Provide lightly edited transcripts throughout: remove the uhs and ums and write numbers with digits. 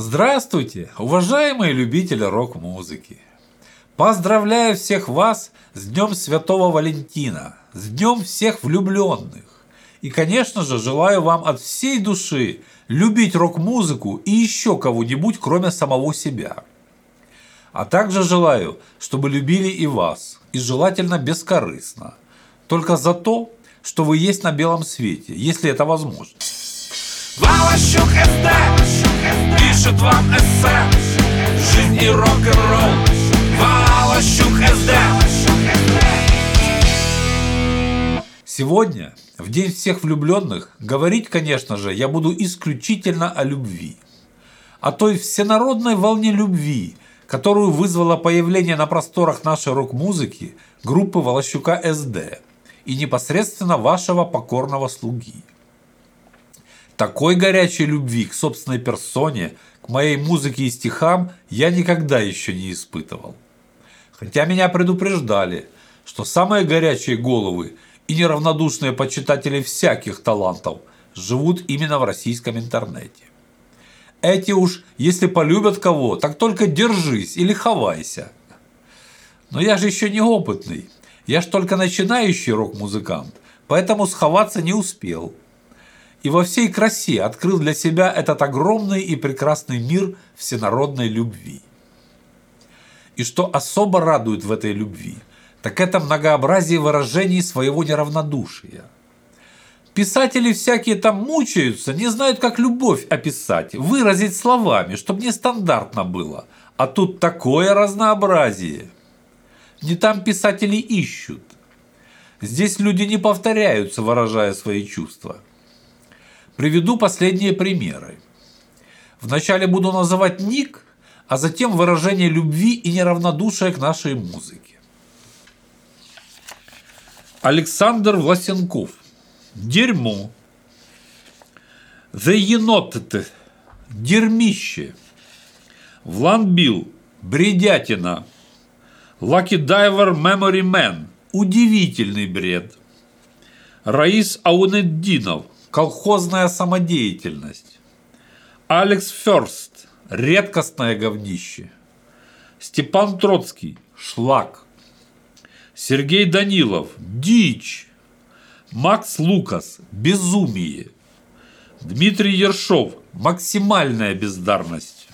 Здравствуйте, уважаемые любители рок-музыки! Поздравляю всех вас с Днем Святого Валентина, с Днем всех влюбленных. И, конечно же, желаю вам от всей души любить рок-музыку и еще кого-нибудь, кроме самого себя. А также желаю, чтобы любили и вас, и желательно бескорыстно, только за то, что вы есть на белом свете, если это возможно. Волощук СД пишет вам эссе «Жизнь и рок-н-ролл». Волощук СД. Сегодня, в День всех влюбленных, говорить, конечно же, я буду исключительно о любви. О той всенародной волне любви, которую вызвало появление на просторах нашей рок-музыки группы Волощука СД и непосредственно вашего покорного слуги. Такой горячей любви к собственной персоне, к моей музыке и стихам я никогда еще не испытывал. Хотя меня предупреждали, что самые горячие головы и неравнодушные почитатели всяких талантов живут именно в российском интернете. Эти уж, если полюбят кого, так только держись или хавайся. Но я же еще не опытный, я ж только начинающий рок-музыкант, поэтому сховаться не успел. И во всей красе открыл для себя этот огромный и прекрасный мир всенародной любви. И что особо радует в этой любви, так это многообразие выражений своего неравнодушия. Писатели всякие там мучаются, не знают, как любовь описать, выразить словами, чтобы нестандартно было. А тут такое разнообразие. Не там писатели ищут. Здесь люди не повторяются, выражая свои чувства. Приведу последние примеры. Вначале буду называть ник, а затем выражение любви и неравнодушия к нашей музыке. Александр Власенков. Дерьмо. The Енотты. Дерьмище. Вланбил. Бредятина. Lucky Diver Memory Man. Удивительный бред. Раис Аунетдинов. Колхозная самодеятельность. Алекс Фёрст. Редкостное говнище. Степан Троцкий. Шлак. Сергей Данилов. Дичь. Макс Лукас. Безумие. Дмитрий Ершов. Максимальная бездарность.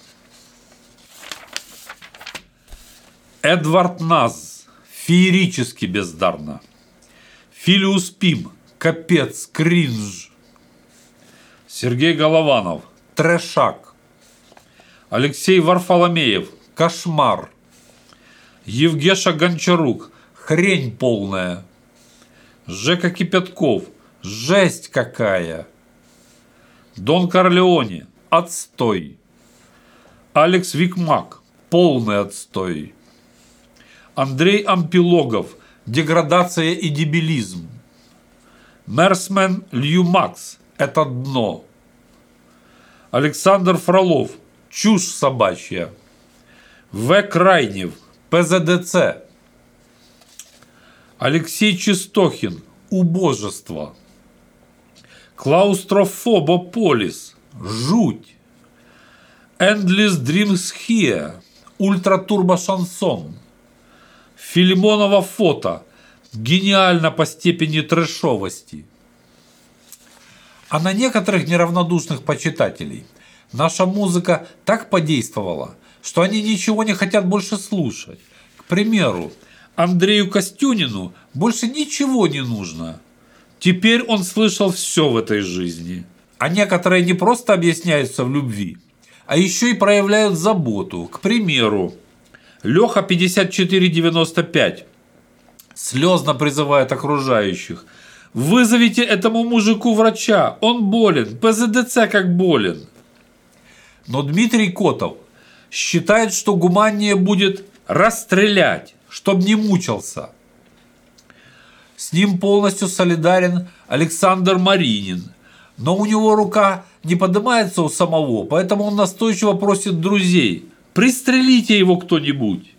Эдвард Наз. Феерически бездарно. Филиус Пим. Капец, кринж. Сергей Голованов. Трэшак. Алексей Варфоломеев. Кошмар. Евгеша Гончарук. Хрень полная. Жека Кипятков. Жесть какая. Дон Корлеоне. Отстой. Алекс Викмак. Полный отстой. Андрей Ампилогов. Деградация и дебилизм. Мерсмен Льюмакс. Это дно. Александр Фролов. Чушь собачья. В. Крайнев. ПЗДЦ. Алексей Чистохин. Убожество. Клаустрофобополис. Жуть. Endless Dreams Here. Ультратурбошансон. Филимонова фото. Гениально по степени трэшовости. А на некоторых неравнодушных почитателей наша музыка так подействовала, что они ничего не хотят больше слушать. К примеру, Андрею Костюнину больше ничего не нужно. Теперь он слышал все в этой жизни. А некоторые не просто объясняются в любви, а еще и проявляют заботу. К примеру, Леха 5495 слезно призывает окружающих: вызовите этому мужику врача, он болен, ПЗДЦ как болен. Но Дмитрий Котов считает, что гуманнее будет расстрелять, чтоб не мучился. С ним полностью солидарен Александр Маринин, но у него рука не поднимается у самого, поэтому он настойчиво просит друзей: пристрелите его кто-нибудь.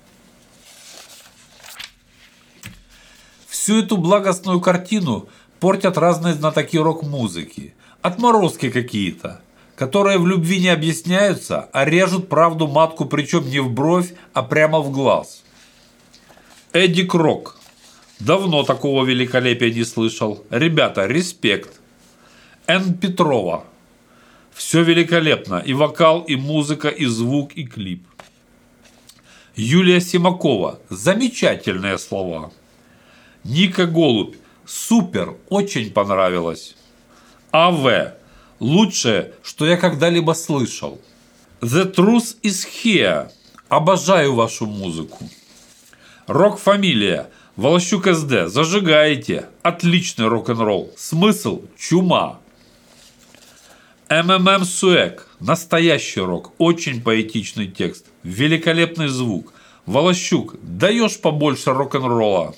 Всю эту благостную картину портят разные знатоки рок-музыки, отморозки какие-то, которые в любви не объясняются, а режут правду матку, причем не в бровь, а прямо в глаз. Эдди Крок. Давно такого великолепия не слышал. Ребята, респект. Н. Петрова. Все великолепно. И вокал, и музыка, и звук, и клип. Юлия Симакова. Замечательные слова. Ника Голубь. Супер. Очень понравилось. А.В. Лучшее, что я когда-либо слышал. The Truth is Here. Обожаю вашу музыку. Рок-фамилия. Волощук СД. Зажигаете. Отличный рок-н-ролл. Смысл. Чума. МММ Суэк. Настоящий рок. Очень поэтичный текст. Великолепный звук. Волощук. Даешь побольше рок-н-ролла.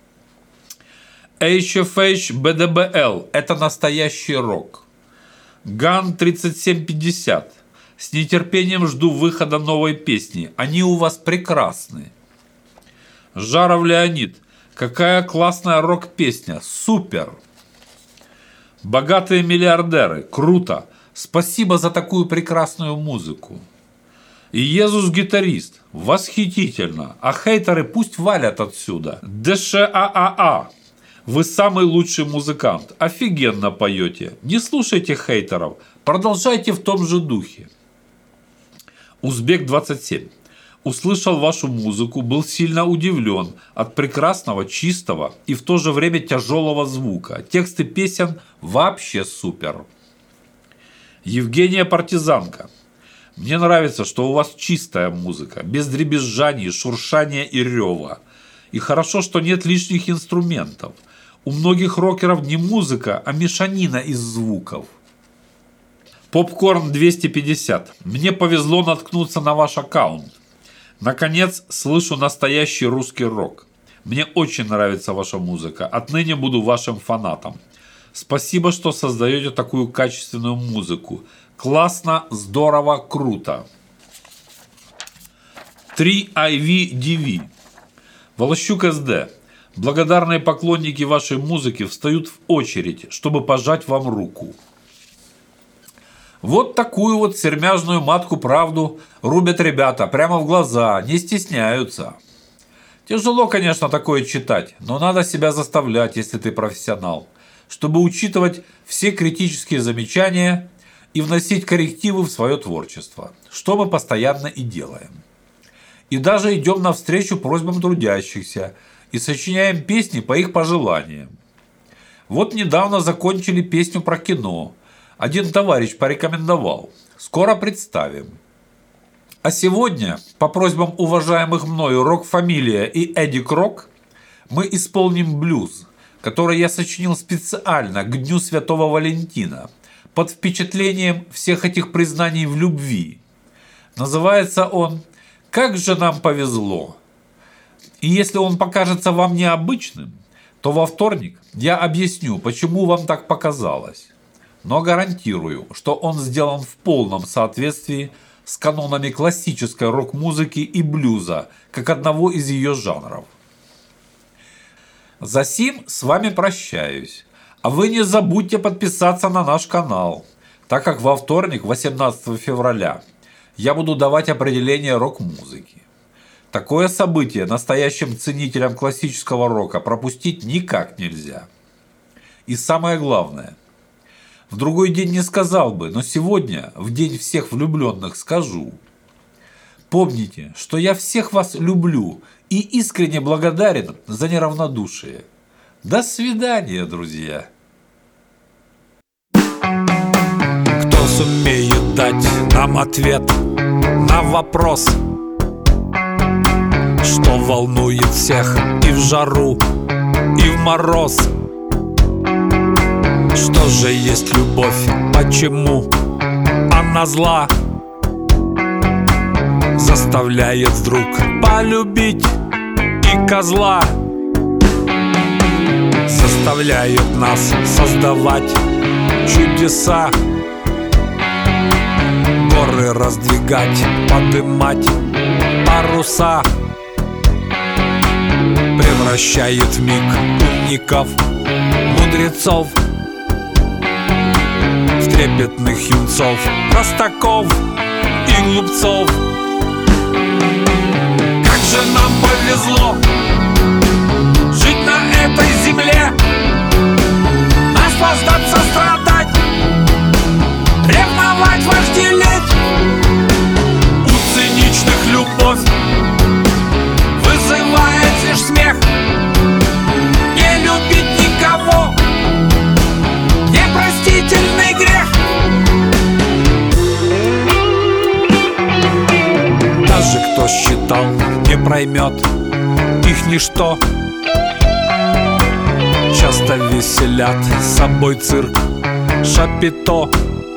HFH BDBL. Это настоящий рок. Ган 3750. С нетерпением жду выхода новой песни. Они у вас прекрасны. Жаров Леонид. Какая классная рок-песня. Супер. Богатые миллиардеры. Круто. Спасибо за такую прекрасную музыку. Иезус гитарист. Восхитительно. А хейтеры пусть валят отсюда. ДШААА. Вы самый лучший музыкант. Офигенно поете. Не слушайте хейтеров. Продолжайте в том же духе. Узбек 27. Услышал вашу музыку, был сильно удивлен от прекрасного, чистого и в то же время тяжелого звука. Тексты песен вообще супер. Евгения Партизанка. Мне нравится, что у вас чистая музыка, без дребезжаний, шуршания и рева. И хорошо, что нет лишних инструментов. У многих рокеров не музыка, а мешанина из звуков. Попкорн 250. Мне повезло наткнуться на ваш аккаунт. Наконец, слышу настоящий русский рок. Мне очень нравится ваша музыка. Отныне буду вашим фанатом. Спасибо, что создаете такую качественную музыку. Классно, здорово, круто. 3IVDV. Волощук СД. Благодарные поклонники вашей музыки встают в очередь, чтобы пожать вам руку. Вот такую вот сермяжную матку правду рубят ребята прямо в глаза, не стесняются. Тяжело, конечно, такое читать, но надо себя заставлять, если ты профессионал, чтобы учитывать все критические замечания и вносить коррективы в свое творчество, что мы постоянно и делаем. И даже идем навстречу просьбам трудящихся и сочиняем песни по их пожеланиям. Вот недавно закончили песню про кино. Один товарищ порекомендовал. Скоро представим. А сегодня, по просьбам уважаемых мною Рок-фамилия и Эдди Крок, мы исполним блюз, который я сочинил специально к Дню Святого Валентина, под впечатлением всех этих признаний в любви. Называется он «Как же нам повезло». И если он покажется вам необычным, то во вторник я объясню, почему вам так показалось. Но гарантирую, что он сделан в полном соответствии с канонами классической рок-музыки и блюза, как одного из ее жанров. Засим с вами прощаюсь. А вы не забудьте подписаться на наш канал, так как во вторник, 18 февраля, я буду давать определение рок-музыки. Такое событие настоящим ценителям классического рока пропустить никак нельзя. И самое главное, в другой день не сказал бы, но сегодня, в день всех влюбленных, скажу. Помните, что я всех вас люблю и искренне благодарен за неравнодушие. До свидания, друзья. Кто сумеет дать нам ответ на вопрос, что волнует всех и в жару, и в мороз? Что же есть любовь, почему она зла? Заставляет вдруг полюбить и козла. Заставляет нас создавать чудеса, горы раздвигать, подымать паруса. Превращает в миг умников, мудрецов в трепетных простых юнцов, простаков и глупцов. Как же нам повезло жить на этой земле, наслаждаться, страдать, ревновать, вожделеть. У циничных любовь вызывает лишь смех. Не любить никого — непростительный грех. Даже кто считал, не проймет их ничто. Часто веселят собой цирк, шапито.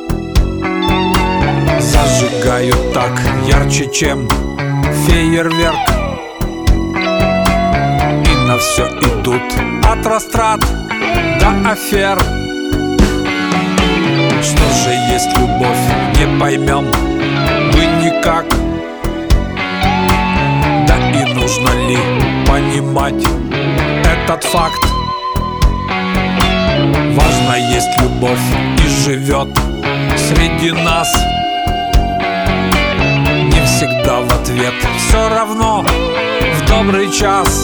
Зажигают так ярче, чем фейерверк. И на все идут от растрат до афер. Что же есть любовь, не поймем мы никак. Да и нужно ли понимать этот факт? Важно, есть любовь и живет среди нас. Не всегда в ответ, все равно в добрый час.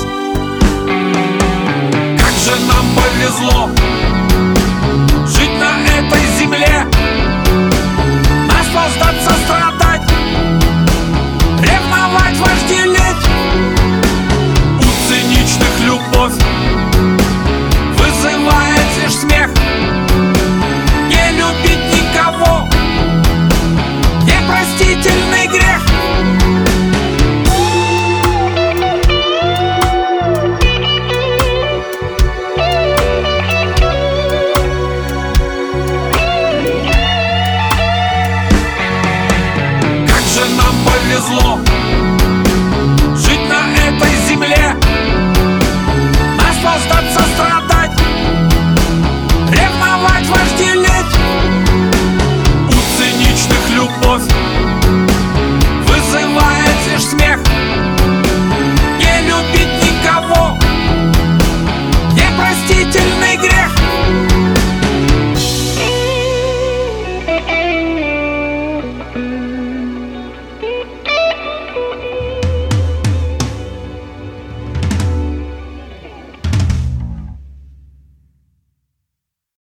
Как же нам повезло жить на этой земле,